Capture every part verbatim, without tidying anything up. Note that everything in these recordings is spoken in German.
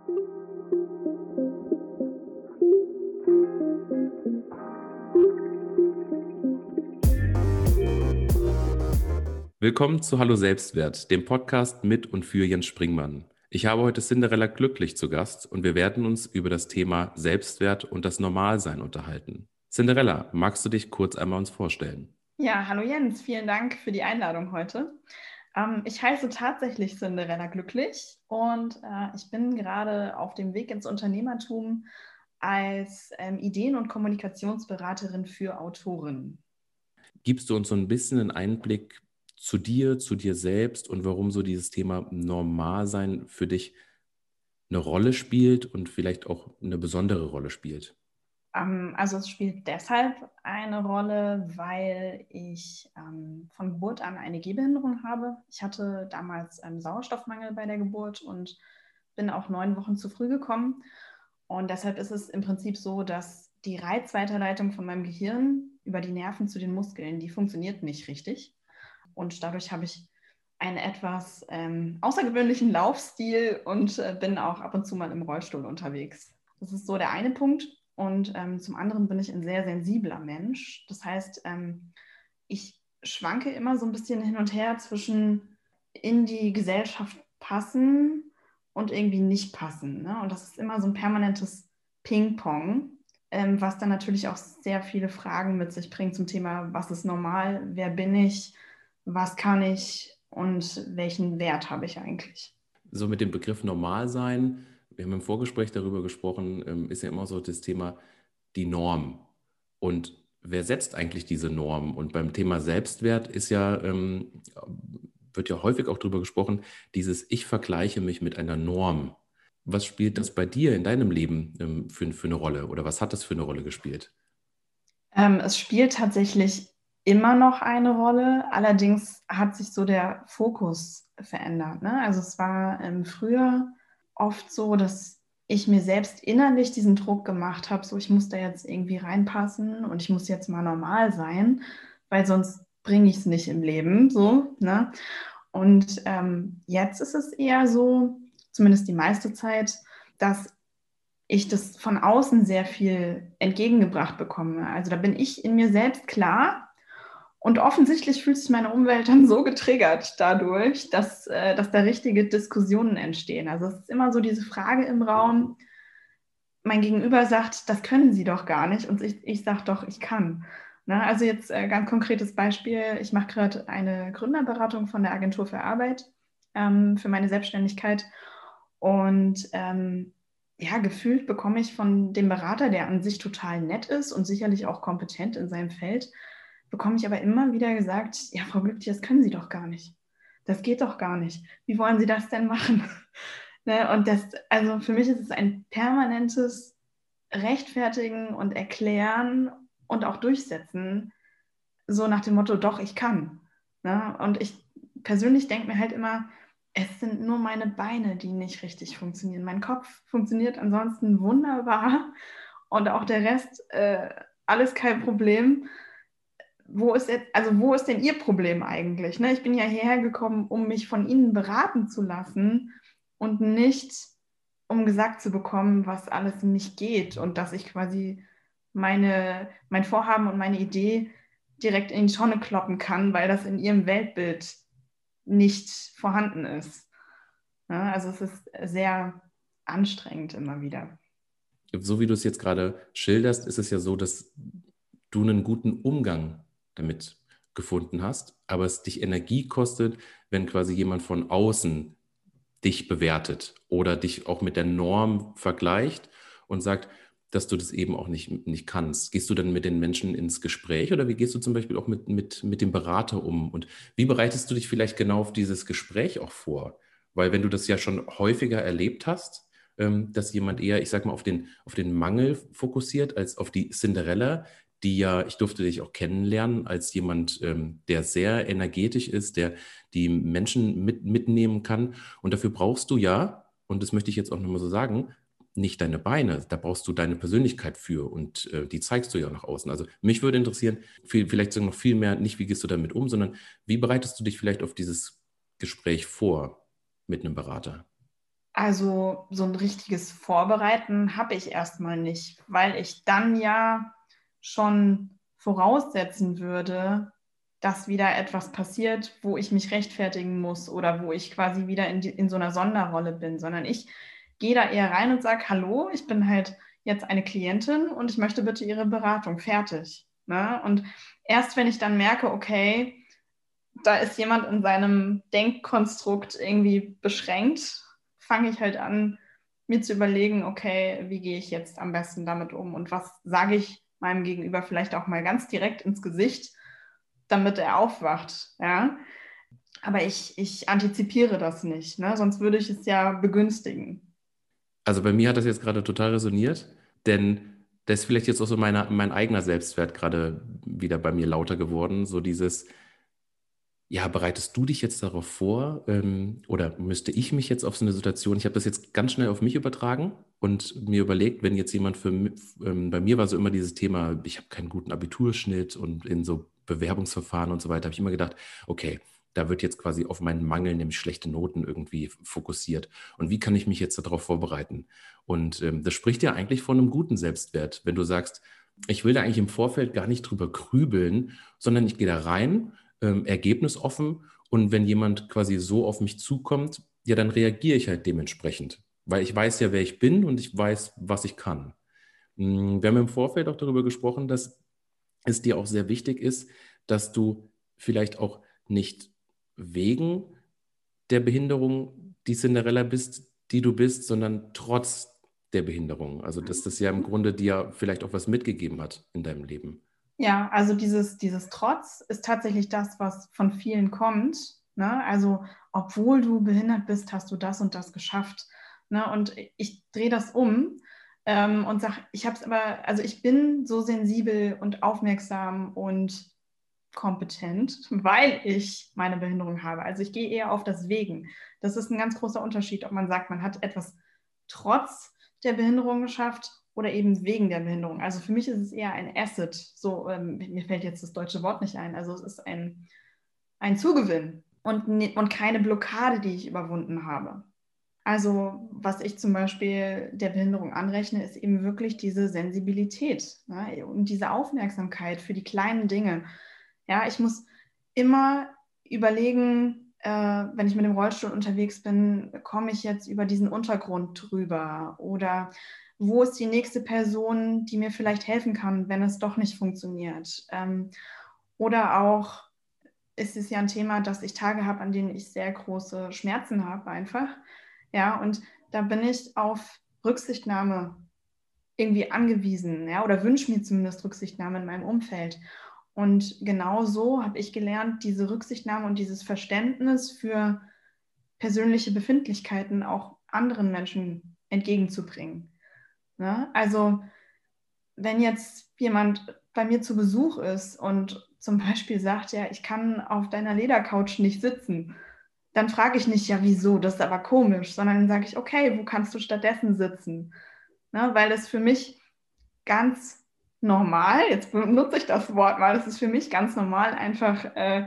Willkommen zu Hallo Selbstwert, dem Podcast mit und für Jens Springmann. Ich habe heute Cinderella Glücklich zu Gast und wir werden uns über das Thema Selbstwert und das Normalsein unterhalten. Cinderella, magst du dich kurz einmal uns vorstellen? Ja, hallo Jens, vielen Dank für die Einladung heute. Ähm, ich heiße tatsächlich Cinderella Glücklich und äh, ich bin gerade auf dem Weg ins Unternehmertum als ähm, Ideen- und Kommunikationsberaterin für Autoren. Gibst du uns so ein bisschen einen Einblick zu dir, zu dir selbst und warum so dieses Thema Normalsein für dich eine Rolle spielt und vielleicht auch eine besondere Rolle spielt? Ähm, also es spielt deshalb eine Rolle, weil ich ähm, von Geburt an eine Gehbehinderung habe. Ich hatte damals einen Sauerstoffmangel bei der Geburt und bin auch neun Wochen zu früh gekommen. Und deshalb ist es im Prinzip so, dass die Reizweiterleitung von meinem Gehirn über die Nerven zu den Muskeln, die funktioniert nicht richtig. Und dadurch habe ich einen etwas ähm, außergewöhnlichen Laufstil und äh, bin auch ab und zu mal im Rollstuhl unterwegs. Das ist so der eine Punkt. Und ähm, zum anderen bin ich ein sehr sensibler Mensch. Das heißt, ähm, ich schwanke immer so ein bisschen hin und her zwischen in die Gesellschaft passen und irgendwie nicht passen. Ne? Und das ist immer so ein permanentes Ping-Pong, ähm, was dann natürlich auch sehr viele Fragen mit sich bringt zum Thema, was ist normal, wer bin ich, was kann ich und welchen Wert habe ich eigentlich. So mit dem Begriff Normalsein, wir haben im Vorgespräch darüber gesprochen, ähm, ist ja immer so das Thema die Norm. Und wer setzt eigentlich diese Norm? Und beim Thema Selbstwert ist ja, ähm, wird ja häufig auch darüber gesprochen, dieses Ich vergleiche mich mit einer Norm. Was spielt das bei dir in deinem Leben ähm, für, für eine Rolle oder was hat das für eine Rolle gespielt? Ähm, es spielt tatsächlich immer noch eine Rolle, allerdings hat sich so der Fokus verändert. Ne? Also es war ähm, früher oft so, dass ich mir selbst innerlich diesen Druck gemacht habe, so ich muss da jetzt irgendwie reinpassen und ich muss jetzt mal normal sein, weil sonst bringe ich es nicht im Leben. So, ne? Und ähm, jetzt ist es eher so, zumindest die meiste Zeit, dass ich das von außen sehr viel entgegengebracht bekomme. Also da bin ich in mir selbst klar und offensichtlich fühlt sich meine Umwelt dann so getriggert dadurch, dass, äh, dass da richtige Diskussionen entstehen. Also es ist immer so diese Frage im Raum, mein Gegenüber sagt, das können Sie doch gar nicht und ich, ich sage doch, ich kann. Ne? Also jetzt äh, ganz konkretes Beispiel, ich mache gerade eine Gründerberatung von der Agentur für Arbeit ähm, für meine Selbstständigkeit und ähm, ja, gefühlt bekomme ich von dem Berater, der an sich total nett ist und sicherlich auch kompetent in seinem Feld, bekomme ich aber immer wieder gesagt, ja, Frau Glücklich, das können Sie doch gar nicht. Das geht doch gar nicht. Wie wollen Sie das denn machen? Ne? Und das, also für mich ist es ein permanentes Rechtfertigen und Erklären und auch Durchsetzen, so nach dem Motto, doch, ich kann. Ne? Und ich persönlich denke mir halt immer, es sind nur meine Beine, die nicht richtig funktionieren. Mein Kopf funktioniert ansonsten wunderbar und auch der Rest, äh, alles kein Problem. Wo ist jetzt, also wo ist denn Ihr Problem eigentlich? Ne? Ich bin ja hierher gekommen, um mich von Ihnen beraten zu lassen und nicht, um gesagt zu bekommen, was alles nicht geht und dass ich quasi meine, mein Vorhaben und meine Idee direkt in die Tonne kloppen kann, weil das in Ihrem Weltbild nicht vorhanden ist. Ja, also es ist sehr anstrengend immer wieder. So wie du es jetzt gerade schilderst, ist es ja so, dass du einen guten Umgang damit gefunden hast, aber es dich Energie kostet, wenn quasi jemand von außen dich bewertet oder dich auch mit der Norm vergleicht und sagt, dass du das eben auch nicht, nicht kannst. Gehst du dann mit den Menschen ins Gespräch oder wie gehst du zum Beispiel auch mit, mit, mit dem Berater um? Und wie bereitest du dich vielleicht genau auf dieses Gespräch auch vor? Weil wenn du das ja schon häufiger erlebt hast, ähm, dass jemand eher, ich sag mal, auf den, auf den Mangel fokussiert als auf die Cinderella, die ja, ich durfte dich auch kennenlernen als jemand, ähm, der sehr energetisch ist, der die Menschen mit, mitnehmen kann. Und dafür brauchst du ja, und das möchte ich jetzt auch nochmal so sagen, nicht deine Beine, da brauchst du deine Persönlichkeit für und äh, die zeigst du ja nach außen. Also mich würde interessieren, viel, vielleicht sogar noch viel mehr, nicht wie gehst du damit um, sondern wie bereitest du dich vielleicht auf dieses Gespräch vor mit einem Berater? Also so ein richtiges Vorbereiten habe ich erstmal nicht, weil ich dann ja schon voraussetzen würde, dass wieder etwas passiert, wo ich mich rechtfertigen muss oder wo ich quasi wieder in, die, in so einer Sonderrolle bin, sondern ich gehe da eher rein und sage, hallo, ich bin halt jetzt eine Klientin und ich möchte bitte Ihre Beratung, fertig. Ne? Und erst wenn ich dann merke, okay, da ist jemand in seinem Denkkonstrukt irgendwie beschränkt, fange ich halt an, mir zu überlegen, okay, wie gehe ich jetzt am besten damit um und was sage ich meinem Gegenüber vielleicht auch mal ganz direkt ins Gesicht, damit er aufwacht, ja. Aber ich, ich antizipiere das nicht, ne? Sonst würde ich es ja begünstigen. Also bei mir hat das jetzt gerade total resoniert, denn da ist vielleicht jetzt auch so meine, mein eigener Selbstwert gerade wieder bei mir lauter geworden. So dieses, ja, bereitest du dich jetzt darauf vor, ähm, oder müsste ich mich jetzt auf so eine Situation, ich habe das jetzt ganz schnell auf mich übertragen und mir überlegt, wenn jetzt jemand für mi- ähm, bei mir war so immer dieses Thema, ich habe keinen guten Abiturschnitt und in so Bewerbungsverfahren und so weiter, habe ich immer gedacht, okay, da wird jetzt quasi auf meinen Mangel, nämlich schlechte Noten irgendwie fokussiert. Und wie kann ich mich jetzt darauf vorbereiten? Und ähm, das spricht ja eigentlich von einem guten Selbstwert, wenn du sagst, ich will da eigentlich im Vorfeld gar nicht drüber grübeln, sondern ich gehe da rein, ähm, ergebnisoffen, und wenn jemand quasi so auf mich zukommt, ja, dann reagiere ich halt dementsprechend, weil ich weiß ja, wer ich bin und ich weiß, was ich kann. Mm, Wir haben im Vorfeld auch darüber gesprochen, dass es dir auch sehr wichtig ist, dass du vielleicht auch nicht wegen der Behinderung die Cinderella bist, die du bist, sondern trotz der Behinderung. Also, dass das ja im Grunde dir vielleicht auch was mitgegeben hat in deinem Leben. Ja, also dieses, dieses Trotz ist tatsächlich das, was von vielen kommt. Ne? Also, obwohl du behindert bist, hast du das und das geschafft. Ne? Und ich drehe das um ähm, und sage, ich habe es aber, also ich bin so sensibel und aufmerksam und kompetent, weil ich meine Behinderung habe. Also ich gehe eher auf das Wegen. Das ist ein ganz großer Unterschied, ob man sagt, man hat etwas trotz der Behinderung geschafft oder eben wegen der Behinderung. Also für mich ist es eher ein Asset. So, ähm, mir fällt jetzt das deutsche Wort nicht ein. Also es ist ein, ein Zugewinn und, und keine Blockade, die ich überwunden habe. Also was ich zum Beispiel der Behinderung anrechne, ist eben wirklich diese Sensibilität, ne? Und diese Aufmerksamkeit für die kleinen Dinge. Ja, ich muss immer überlegen, äh, wenn ich mit dem Rollstuhl unterwegs bin, komme ich jetzt über diesen Untergrund drüber oder wo ist die nächste Person, die mir vielleicht helfen kann, wenn es doch nicht funktioniert. Ähm, oder auch ist es ja ein Thema, dass ich Tage habe, an denen ich sehr große Schmerzen habe einfach. Ja, und da bin ich auf Rücksichtnahme irgendwie angewiesen, ja, oder wünsche mir zumindest Rücksichtnahme in meinem Umfeld. Und genau so habe ich gelernt, diese Rücksichtnahme und dieses Verständnis für persönliche Befindlichkeiten auch anderen Menschen entgegenzubringen. Ne? Also wenn jetzt jemand bei mir zu Besuch ist und zum Beispiel sagt, ja, ich kann auf deiner Ledercouch nicht sitzen, dann frage ich nicht, ja, wieso, das ist aber komisch, sondern dann sage ich, okay, wo kannst du stattdessen sitzen? Ne? Weil das für mich ganz normal, jetzt benutze ich das Wort mal, es ist für mich ganz normal, einfach äh,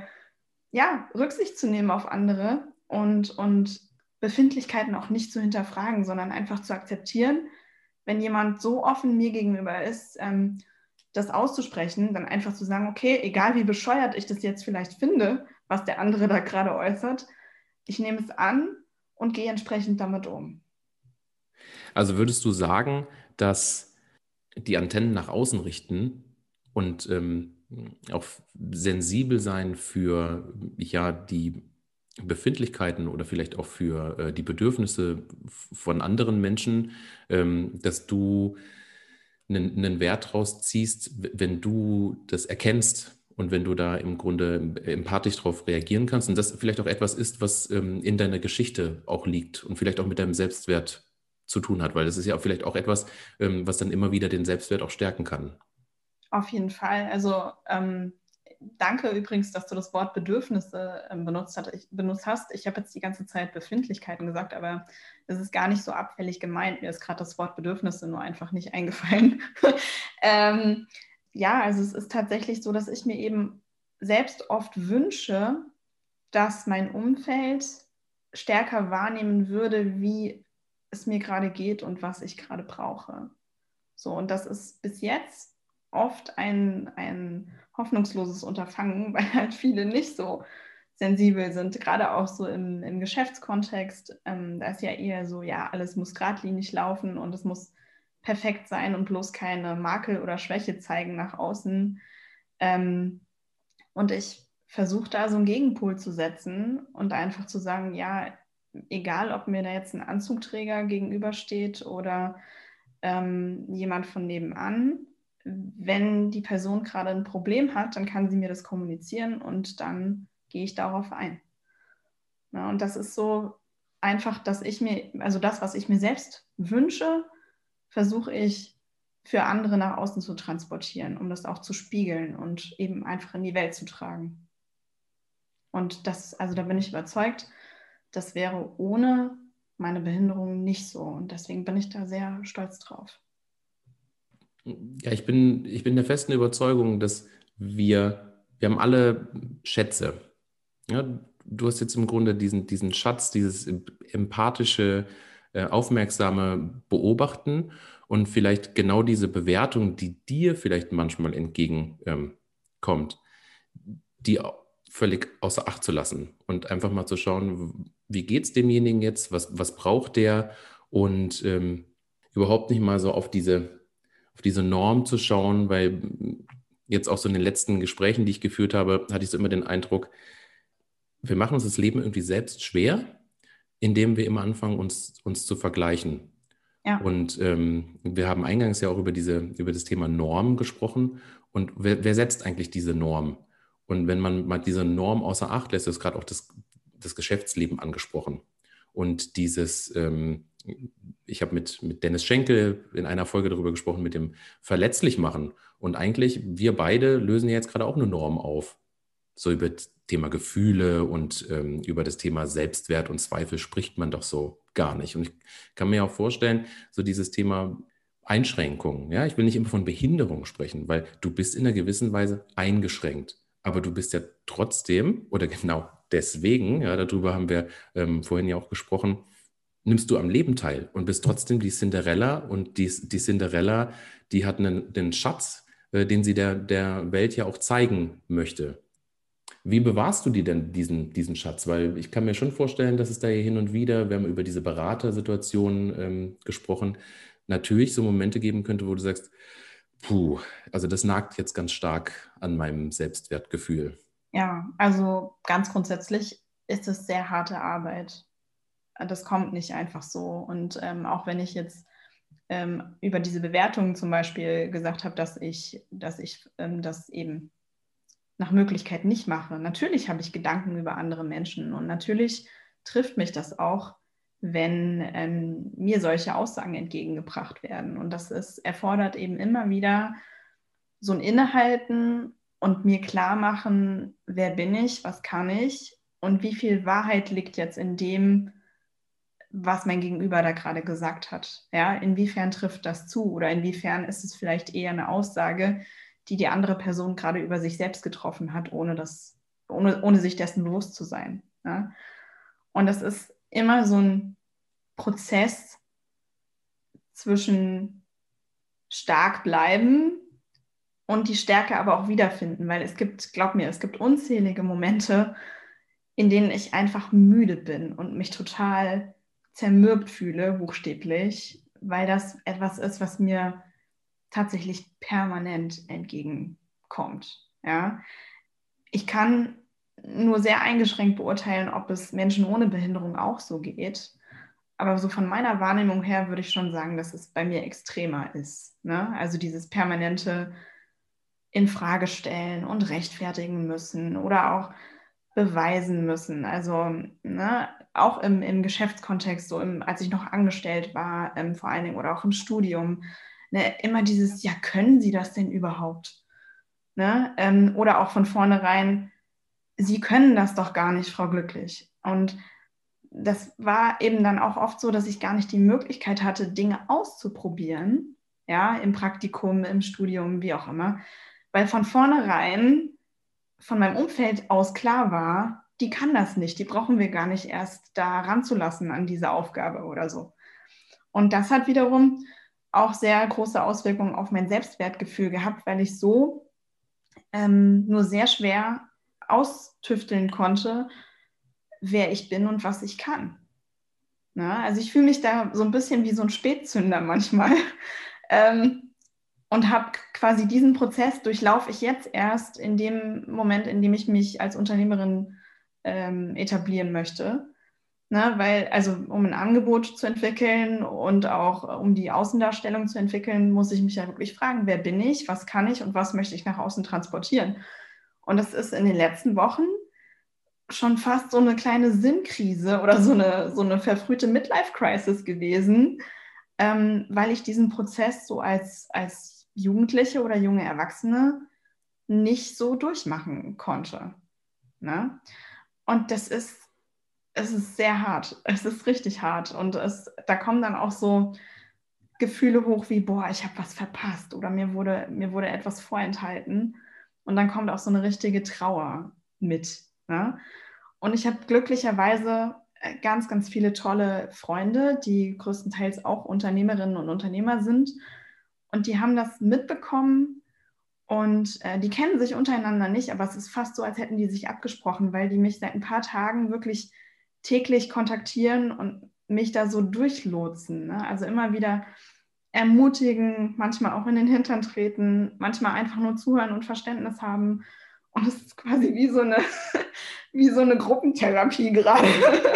ja, Rücksicht zu nehmen auf andere und, und Befindlichkeiten auch nicht zu hinterfragen, sondern einfach zu akzeptieren, wenn jemand so offen mir gegenüber ist, ähm, das auszusprechen, dann einfach zu sagen, okay, egal wie bescheuert ich das jetzt vielleicht finde, was der andere da gerade äußert, ich nehme es an und gehe entsprechend damit um. Also würdest du sagen, dass die Antennen nach außen richten und ähm, auch sensibel sein für ja die Befindlichkeiten oder vielleicht auch für äh, die Bedürfnisse von anderen Menschen, ähm, dass du einen, einen Wert draus ziehst, w- wenn du das erkennst und wenn du da im Grunde empathisch darauf reagieren kannst und das vielleicht auch etwas ist, was ähm, in deiner Geschichte auch liegt und vielleicht auch mit deinem Selbstwert zu tun hat, weil das ist ja auch vielleicht auch etwas, ähm, was dann immer wieder den Selbstwert auch stärken kann. Auf jeden Fall. Also ähm, danke übrigens, dass du das Wort Bedürfnisse ähm, benutzt, hat, ich, benutzt hast. Ich habe jetzt die ganze Zeit Befindlichkeiten gesagt, aber es ist gar nicht so abfällig gemeint. Mir ist gerade das Wort Bedürfnisse nur einfach nicht eingefallen. ähm, ja, also es ist tatsächlich so, dass ich mir eben selbst oft wünsche, dass mein Umfeld stärker wahrnehmen würde, wie es mir gerade geht und was ich gerade brauche. So, und das ist bis jetzt oft ein, ein hoffnungsloses Unterfangen, weil halt viele nicht so sensibel sind, gerade auch so im, im Geschäftskontext. Ähm, da ist ja eher so, ja, alles muss geradlinig laufen und es muss perfekt sein und bloß keine Makel oder Schwäche zeigen nach außen. Ähm, und ich versuche da so einen Gegenpol zu setzen und einfach zu sagen, ja, egal ob mir da jetzt ein Anzugträger gegenübersteht oder ähm, jemand von nebenan, wenn die Person gerade ein Problem hat, dann kann sie mir das kommunizieren und dann gehe ich darauf ein. Ja, und das ist so einfach, dass ich mir, also das, was ich mir selbst wünsche, versuche ich für andere nach außen zu transportieren, um das auch zu spiegeln und eben einfach in die Welt zu tragen. Und das, also da bin ich überzeugt, das wäre ohne meine Behinderung nicht so. Und deswegen bin ich da sehr stolz drauf. Ja, ich bin, ich bin der festen Überzeugung, dass wir, wir haben alle Schätze. Ja, du hast jetzt im Grunde diesen, diesen Schatz, dieses empathische, äh, aufmerksame Beobachten und vielleicht genau diese Bewertung, die dir vielleicht manchmal entgegenkommt, die völlig außer Acht zu lassen und einfach mal zu schauen, wie geht es demjenigen jetzt, was, was braucht der und ähm, überhaupt nicht mal so auf diese, auf diese Norm zu schauen, weil jetzt auch so in den letzten Gesprächen, die ich geführt habe, hatte ich so immer den Eindruck, wir machen uns das Leben irgendwie selbst schwer, indem wir immer anfangen, uns, uns zu vergleichen. Ja. Und ähm, wir haben eingangs ja auch über, diese, über das Thema Norm gesprochen. Und wer, wer setzt eigentlich diese Norm? Und wenn man mal diese Norm außer Acht lässt, ist gerade auch das, das Geschäftsleben angesprochen. Und dieses, ähm, ich habe mit, mit Dennis Schenkel in einer Folge darüber gesprochen, mit dem Verletzlichmachen. Und eigentlich, wir beide lösen ja jetzt gerade auch eine Norm auf. So über das Thema Gefühle und ähm, über das Thema Selbstwert und Zweifel spricht man doch so gar nicht. Und ich kann mir auch vorstellen, so dieses Thema Einschränkungen, ja, ich will nicht immer von Behinderung sprechen, weil du bist in einer gewissen Weise eingeschränkt, aber du bist ja trotzdem, oder genau deswegen, ja, darüber haben wir ähm, vorhin ja auch gesprochen, nimmst du am Leben teil und bist trotzdem die Cinderella und die, die Cinderella, die hat einen, einen Schatz, äh, den sie der, der Welt ja auch zeigen möchte. Wie bewahrst du dir denn diesen, diesen Schatz? Weil ich kann mir schon vorstellen, dass es da hier hin und wieder, wir haben über diese Beratersituation ähm, gesprochen, natürlich so Momente geben könnte, wo du sagst, puh, also das nagt jetzt ganz stark an meinem Selbstwertgefühl. Ja, also ganz grundsätzlich ist es sehr harte Arbeit. Das kommt nicht einfach so. Und ähm, auch wenn ich jetzt ähm, über diese Bewertungen zum Beispiel gesagt habe, dass ich, dass ich ähm, das eben nach Möglichkeit nicht mache. Natürlich habe ich Gedanken über andere Menschen und natürlich trifft mich das auch, wenn ähm, mir solche Aussagen entgegengebracht werden. Und das ist, erfordert eben immer wieder so ein Innehalten und mir klar machen, wer bin ich, was kann ich und wie viel Wahrheit liegt jetzt in dem, was mein Gegenüber da gerade gesagt hat. Ja, inwiefern trifft das zu oder inwiefern ist es vielleicht eher eine Aussage, die die andere Person gerade über sich selbst getroffen hat, ohne, das, ohne, ohne sich dessen bewusst zu sein. Ja? Und das ist immer so ein Prozess zwischen stark bleiben und die Stärke aber auch wiederfinden, weil es gibt, glaub mir, es gibt unzählige Momente, in denen ich einfach müde bin und mich total zermürbt fühle, buchstäblich, weil das etwas ist, was mir tatsächlich permanent entgegenkommt. Ja? Ich kann nur sehr eingeschränkt beurteilen, ob es Menschen ohne Behinderung auch so geht. Aber so von meiner Wahrnehmung her würde ich schon sagen, dass es bei mir extremer ist. Ne? Also dieses permanente in Frage stellen und rechtfertigen müssen oder auch beweisen müssen. Also ne, auch im, im Geschäftskontext, so im, als ich noch angestellt war, ähm, vor allen Dingen oder auch im Studium, ne, immer dieses, ja, können Sie das denn überhaupt? Ne? Ähm, oder auch von vornherein, Sie können das doch gar nicht, Frau Glücklich. Und das war eben dann auch oft so, dass ich gar nicht die Möglichkeit hatte, Dinge auszuprobieren, ja, im Praktikum, im Studium, wie auch immer, weil von vornherein von meinem Umfeld aus klar war, die kann das nicht, die brauchen wir gar nicht erst da ranzulassen an diese Aufgabe oder so. Und das hat wiederum auch sehr große Auswirkungen auf mein Selbstwertgefühl gehabt, weil ich so ähm, nur sehr schwer austüfteln konnte, wer ich bin und was ich kann. Na, also ich fühle mich da so ein bisschen wie so ein Spätzünder manchmal. ähm, und habe quasi diesen Prozess durchlaufe ich jetzt erst in dem Moment, in dem ich mich als Unternehmerin ähm, etablieren möchte. Ne, weil, also um ein Angebot zu entwickeln und auch um die Außendarstellung zu entwickeln, muss ich mich ja wirklich fragen, wer bin ich, was kann ich und was möchte ich nach außen transportieren. Und das ist in den letzten Wochen schon fast so eine kleine Sinnkrise oder so eine, so eine verfrühte Midlife-Crisis gewesen, ähm, weil ich diesen Prozess so als, als Jugendliche oder junge Erwachsene nicht so durchmachen konnte. Ne? Und das ist es ist sehr hart. Es ist richtig hart. Und es, da kommen dann auch so Gefühle hoch wie, boah, ich habe was verpasst oder mir wurde, mir wurde etwas vorenthalten. Und dann kommt auch so eine richtige Trauer mit. Ne? Und ich habe glücklicherweise ganz, ganz viele tolle Freunde, die größtenteils auch Unternehmerinnen und Unternehmer sind. Und die haben das mitbekommen und äh, die kennen sich untereinander nicht, aber es ist fast so, als hätten die sich abgesprochen, weil die mich seit ein paar Tagen wirklich täglich kontaktieren und mich da so durchlotsen. Ne? Also immer wieder ermutigen, manchmal auch in den Hintern treten, manchmal einfach nur zuhören und Verständnis haben. Und es ist quasi wie so eine, wie so eine Gruppentherapie gerade.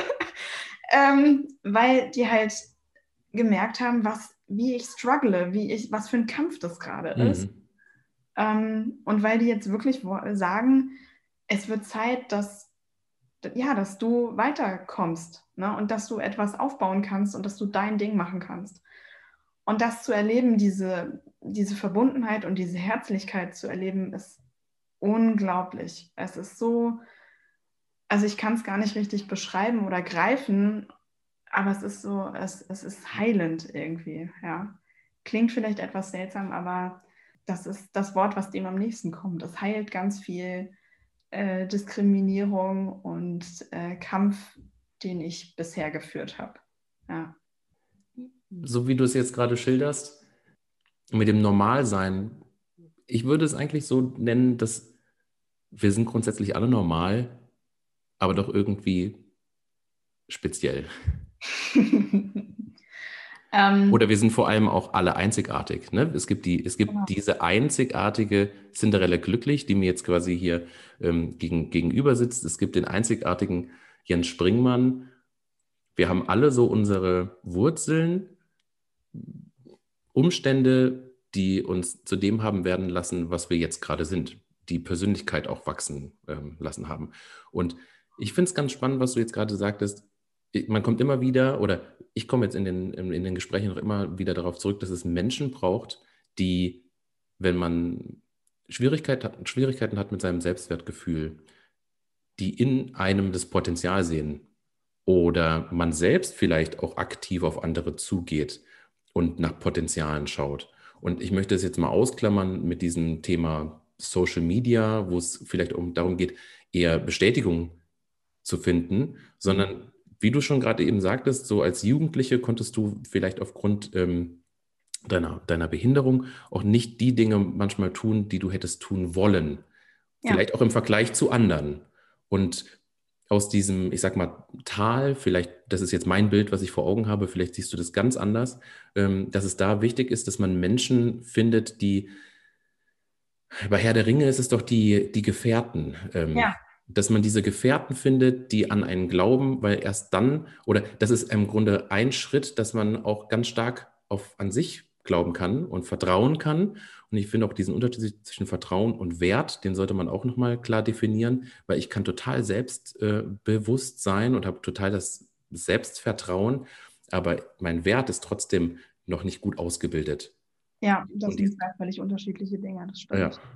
ähm, weil die halt gemerkt haben, was, wie ich struggle, wie ich, was für ein Kampf das gerade ist. Mhm. Ähm, und weil die jetzt wirklich sagen, es wird Zeit, dass, ja, dass du weiterkommst, ne? Und dass du etwas aufbauen kannst und dass du dein Ding machen kannst. Und das zu erleben, diese, diese Verbundenheit und diese Herzlichkeit zu erleben, ist unglaublich. Es ist so, also ich kann es gar nicht richtig beschreiben oder greifen, aber es ist so, es, es ist heilend irgendwie, ja. Klingt vielleicht etwas seltsam, aber das ist das Wort, was dem am nächsten kommt. Es heilt ganz viel äh, Diskriminierung und äh, Kampf, den ich bisher geführt habe. Ja. So wie du es jetzt gerade schilderst, mit dem Normalsein, ich würde es eigentlich so nennen, dass wir sind grundsätzlich alle normal, aber doch irgendwie speziell. ähm, Oder wir sind vor allem auch alle einzigartig. Ne? Es gibt die, es genau. gibt diese einzigartige Cinderella Glücklich, die mir jetzt quasi hier ähm, gegen, gegenüber sitzt. Es gibt den einzigartigen Jens Springmann. Wir haben alle so unsere Wurzeln, Umstände, die uns zu dem haben werden lassen, was wir jetzt gerade sind, die Persönlichkeit auch wachsen ähm, lassen haben. Und ich finde es ganz spannend, was du jetzt gerade sagtest. Ich- Man kommt immer wieder, oder ich komme jetzt in den, in, in den Gesprächen noch immer wieder darauf zurück, dass es Menschen braucht, die, wenn man Schwierigkeit hat, Schwierigkeiten hat mit seinem Selbstwertgefühl, die in einem das Potenzial sehen oder man selbst vielleicht auch aktiv auf andere zugeht und nach Potenzialen schaut. Und ich möchte es jetzt mal ausklammern mit diesem Thema Social Media, wo es vielleicht um, darum geht, eher Bestätigung zu finden, sondern wie du schon gerade eben sagtest, so als Jugendliche konntest du vielleicht aufgrund ähm, deiner, deiner Behinderung auch nicht die Dinge manchmal tun, die du hättest tun wollen. Ja. Vielleicht auch im Vergleich zu anderen. Und aus diesem, ich sag mal, Tal, vielleicht, das ist jetzt mein Bild, was ich vor Augen habe, vielleicht siehst du das ganz anders, ähm, dass es da wichtig ist, dass man Menschen findet, die, bei Herr der Ringe ist es doch die, die Gefährten, ähm, Ja. dass man diese Gefährten findet, die an einen glauben, weil erst dann, oder das ist im Grunde ein Schritt, dass man auch ganz stark auf an sich glauben kann und vertrauen kann. Und ich finde auch diesen Unterschied zwischen Vertrauen und Wert, den sollte man auch nochmal klar definieren, weil ich kann total selbstbewusst sein und habe total das Selbstvertrauen, aber mein Wert ist trotzdem noch nicht gut ausgebildet. Ja, das Und sind die, zwei völlig unterschiedliche Dinge, das ja. stimmt.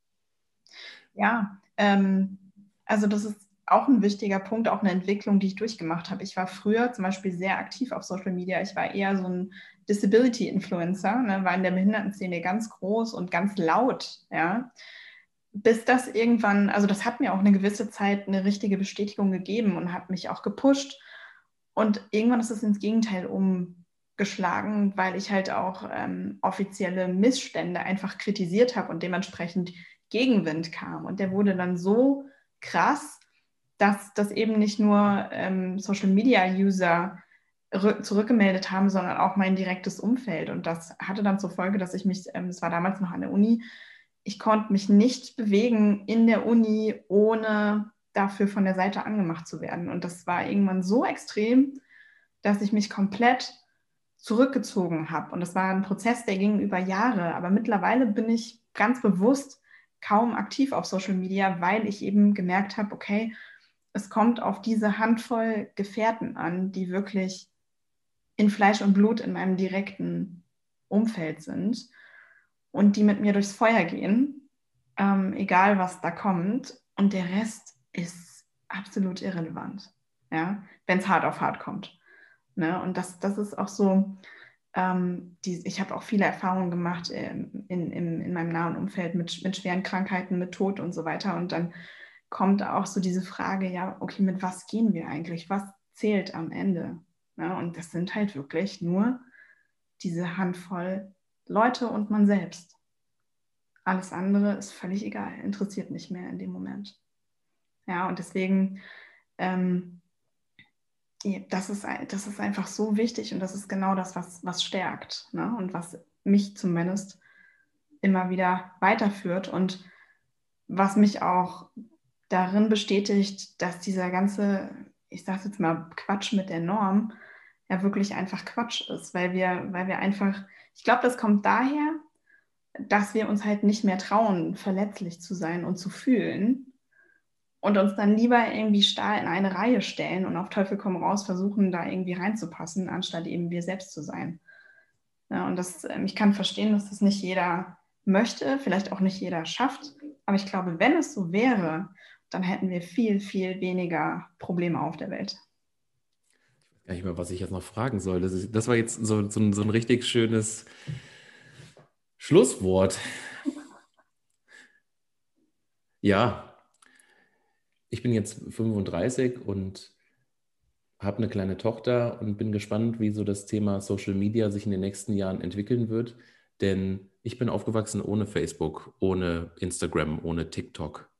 Ja, ähm, also das ist auch ein wichtiger Punkt, auch eine Entwicklung, die ich durchgemacht habe. Ich war früher zum Beispiel sehr aktiv auf Social Media. Ich war eher so ein Disability-Influencer, ne, war in der Behindertenszene ganz groß und ganz laut, ja. Bis das irgendwann, also das hat mir auch eine gewisse Zeit eine richtige Bestätigung gegeben und hat mich auch gepusht. Und irgendwann ist es ins Gegenteil um, geschlagen, weil ich halt auch ähm, offizielle Missstände einfach kritisiert habe und dementsprechend Gegenwind kam. Und der wurde dann so krass, dass das eben nicht nur ähm, Social-Media-User zurückgemeldet haben, sondern auch mein direktes Umfeld. Und das hatte dann zur Folge, dass ich mich, ähm, das war damals noch an der Uni, ich konnte mich nicht bewegen in der Uni, ohne dafür von der Seite angemacht zu werden. Und das war irgendwann so extrem, dass ich mich komplett zurückgezogen habe. Und das war ein Prozess, der ging über Jahre. Aber mittlerweile bin ich ganz bewusst kaum aktiv auf Social Media, weil ich eben gemerkt habe, okay, es kommt auf diese Handvoll Gefährten an, die wirklich in Fleisch und Blut in meinem direkten Umfeld sind und die mit mir durchs Feuer gehen, ähm, egal was da kommt. Und der Rest ist absolut irrelevant, ja, wenn es hart auf hart kommt. Ne? Und das, das ist auch so, ähm, die, ich habe auch viele Erfahrungen gemacht in, in, in meinem nahen Umfeld mit, mit schweren Krankheiten, mit Tod und so weiter. Und dann kommt auch so diese Frage, ja, okay, mit was gehen wir eigentlich? Was zählt am Ende? Ja, und das sind halt wirklich nur diese Handvoll Leute und man selbst. Alles andere ist völlig egal, interessiert nicht mehr in dem Moment. Ja, und deswegen, ähm, das ist, das ist einfach so wichtig und das ist genau das, was, was stärkt, ne? Und was mich zumindest immer wieder weiterführt und was mich auch darin bestätigt, dass dieser ganze, ich sage jetzt mal, Quatsch mit der Norm ja wirklich einfach Quatsch ist, weil wir, weil wir einfach, ich glaube, das kommt daher, dass wir uns halt nicht mehr trauen, verletzlich zu sein und zu fühlen und uns dann lieber irgendwie starr in eine Reihe stellen und auf Teufel komm raus versuchen, da irgendwie reinzupassen, anstatt eben wir selbst zu sein. Ja, und das, ich kann verstehen, dass das nicht jeder möchte, vielleicht auch nicht jeder schafft, aber ich glaube, wenn es so wäre, dann hätten wir viel, viel weniger Probleme auf der Welt. Ich weiß gar nicht mehr, was ich jetzt noch fragen soll. Das, ist, das war jetzt so, so, ein, so ein richtig schönes Schlusswort. Ja, ich bin jetzt fünfunddreißig und habe eine kleine Tochter und bin gespannt, wie so das Thema Social Media sich in den nächsten Jahren entwickeln wird. Denn ich bin aufgewachsen ohne Facebook, ohne Instagram, ohne TikTok.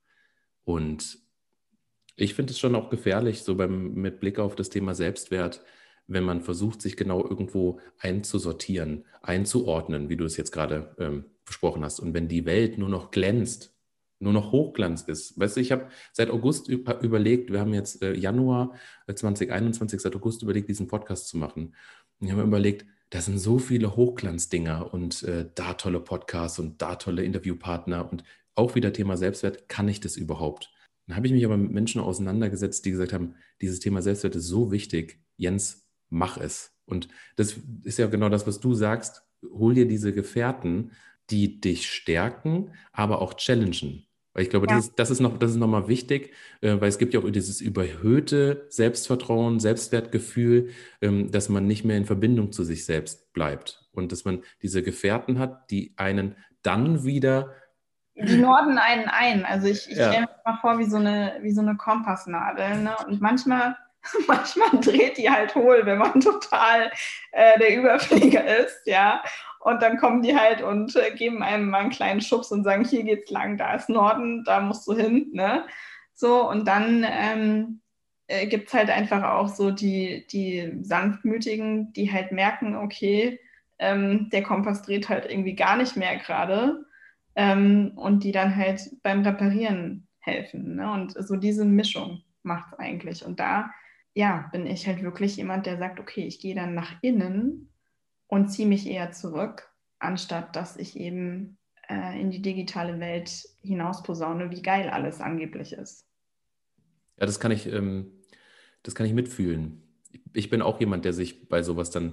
Und ich finde es schon auch gefährlich, so beim, mit Blick auf das Thema Selbstwert, wenn man versucht, sich genau irgendwo einzusortieren, einzuordnen, wie du es jetzt gerade ähm, besprochen hast. Und wenn die Welt nur noch glänzt, nur noch Hochglanz ist. Weißt du, ich habe seit August über, überlegt, wir haben jetzt äh, Januar zwanzig einundzwanzig, seit August überlegt, diesen Podcast zu machen. Und ich habe mir überlegt, da sind so viele Hochglanzdinger und äh, da tolle Podcasts und da tolle Interviewpartner und auch wieder Thema Selbstwert, kann ich das überhaupt? Dann habe ich mich aber mit Menschen auseinandergesetzt, die gesagt haben, dieses Thema Selbstwert ist so wichtig, Jens, mach es. Und das ist ja genau das, was du sagst, hol dir diese Gefährten, die dich stärken, aber auch challengen. Weil ich glaube, Ja. das ist, das ist noch, das ist nochmal wichtig, äh, weil es gibt ja auch dieses überhöhte Selbstvertrauen, Selbstwertgefühl, ähm, dass man nicht mehr in Verbindung zu sich selbst bleibt und dass man diese Gefährten hat, die einen dann wieder Die norden einen ein. Also ich, ich stelle ja, mir das mal vor wie so eine, wie so eine Kompassnadel. Ne? Und manchmal, manchmal dreht die halt hohl, wenn man total äh, der Überflieger ist, ja. Und dann kommen die halt und äh, geben einem mal einen kleinen Schubs und sagen, hier geht's lang, da ist Norden, da musst du hin, ne? So, und dann ähm, äh, gibt es halt einfach auch so die, die Sanftmütigen, die halt merken, okay, ähm, der Kompass dreht halt irgendwie gar nicht mehr gerade. Ähm, und die dann halt beim Reparieren helfen. Ne? Und so diese Mischung macht es eigentlich. Und da, ja, bin ich halt wirklich jemand, der sagt, okay, ich gehe dann nach innen und ziehe mich eher zurück, anstatt dass ich eben äh, in die digitale Welt hinaus posaune, wie geil alles angeblich ist. Ja, das kann ich, ähm, das kann ich mitfühlen. Ich bin auch jemand, der sich bei sowas dann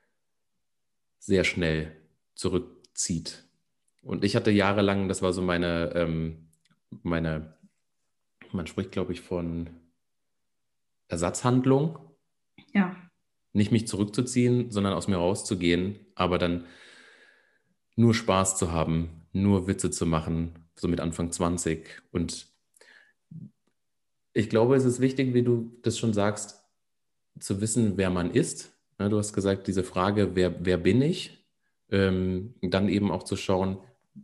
sehr schnell zurückzieht. Und ich hatte jahrelang, das war so meine, ähm, meine, man spricht, glaube ich, von Ersatzhandlung, Ja. nicht mich zurückzuziehen, sondern aus mir rauszugehen, aber dann nur Spaß zu haben, nur Witze zu machen, so mit Anfang zwanzig. Und ich glaube, es ist wichtig, wie du das schon sagst, zu wissen, wer man ist. Ja, du hast gesagt, diese Frage, wer, wer bin ich? Ähm, dann eben auch zu schauen,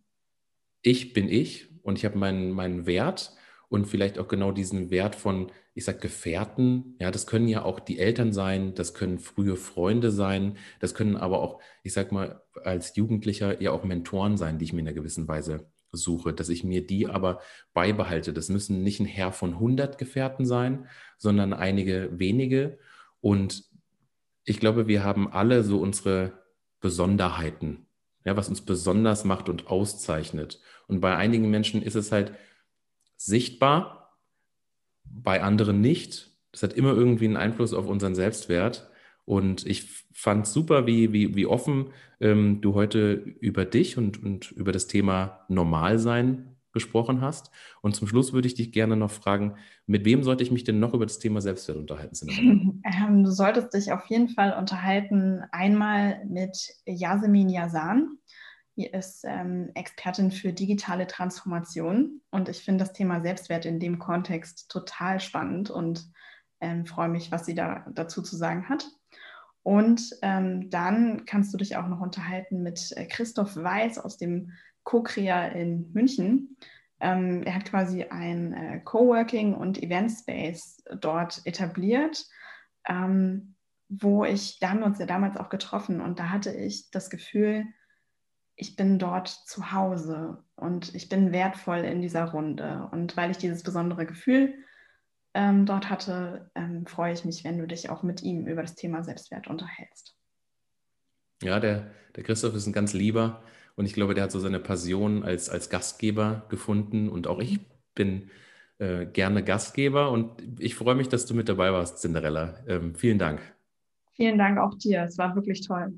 ich bin ich und ich habe meinen, meinen Wert und vielleicht auch genau diesen Wert von, ich sag Gefährten. Ja, das können ja auch die Eltern sein, das können frühe Freunde sein, das können aber auch, ich sag mal, als Jugendlicher ja auch Mentoren sein, die ich mir in einer gewissen Weise suche, dass ich mir die aber beibehalte. Das müssen nicht ein Heer von hundert Gefährten sein, sondern einige wenige. Und ich glaube, wir haben alle so unsere Besonderheiten, ja, was uns besonders macht und auszeichnet. Und bei einigen Menschen ist es halt sichtbar, bei anderen nicht. Das hat immer irgendwie einen Einfluss auf unseren Selbstwert. Und ich fand super, wie, wie, wie offen ähm, du heute über dich und, und über das Thema Normalsein gesprochen hast. Und zum Schluss würde ich dich gerne noch fragen, mit wem sollte ich mich denn noch über das Thema Selbstwert unterhalten, Cinderella? Ähm, du solltest dich auf jeden Fall unterhalten, einmal mit Yasemin Yazan. Die ist ähm, Expertin für digitale Transformation und ich finde das Thema Selbstwert in dem Kontext total spannend und ähm, freue mich, was sie da dazu zu sagen hat. Und ähm, dann kannst du dich auch noch unterhalten mit äh, Christoph Weiß aus dem Co-Crea in München. Ähm, er hat quasi ein äh, Coworking und Event Space dort etabliert, ähm, wo ich, da haben wir uns ja damals auch getroffen und da hatte ich das Gefühl, ich bin dort zu Hause und ich bin wertvoll in dieser Runde. Und weil ich dieses besondere Gefühl ähm, dort hatte, ähm, freue ich mich, wenn du dich auch mit ihm über das Thema Selbstwert unterhältst. Ja, der, der Christoph ist ein ganz lieber und ich glaube, der hat so seine Passion als, als Gastgeber gefunden und auch ich bin äh, gerne Gastgeber und ich freue mich, dass du mit dabei warst, Cinderella. Ähm, vielen Dank. Vielen Dank auch dir. Es war wirklich toll.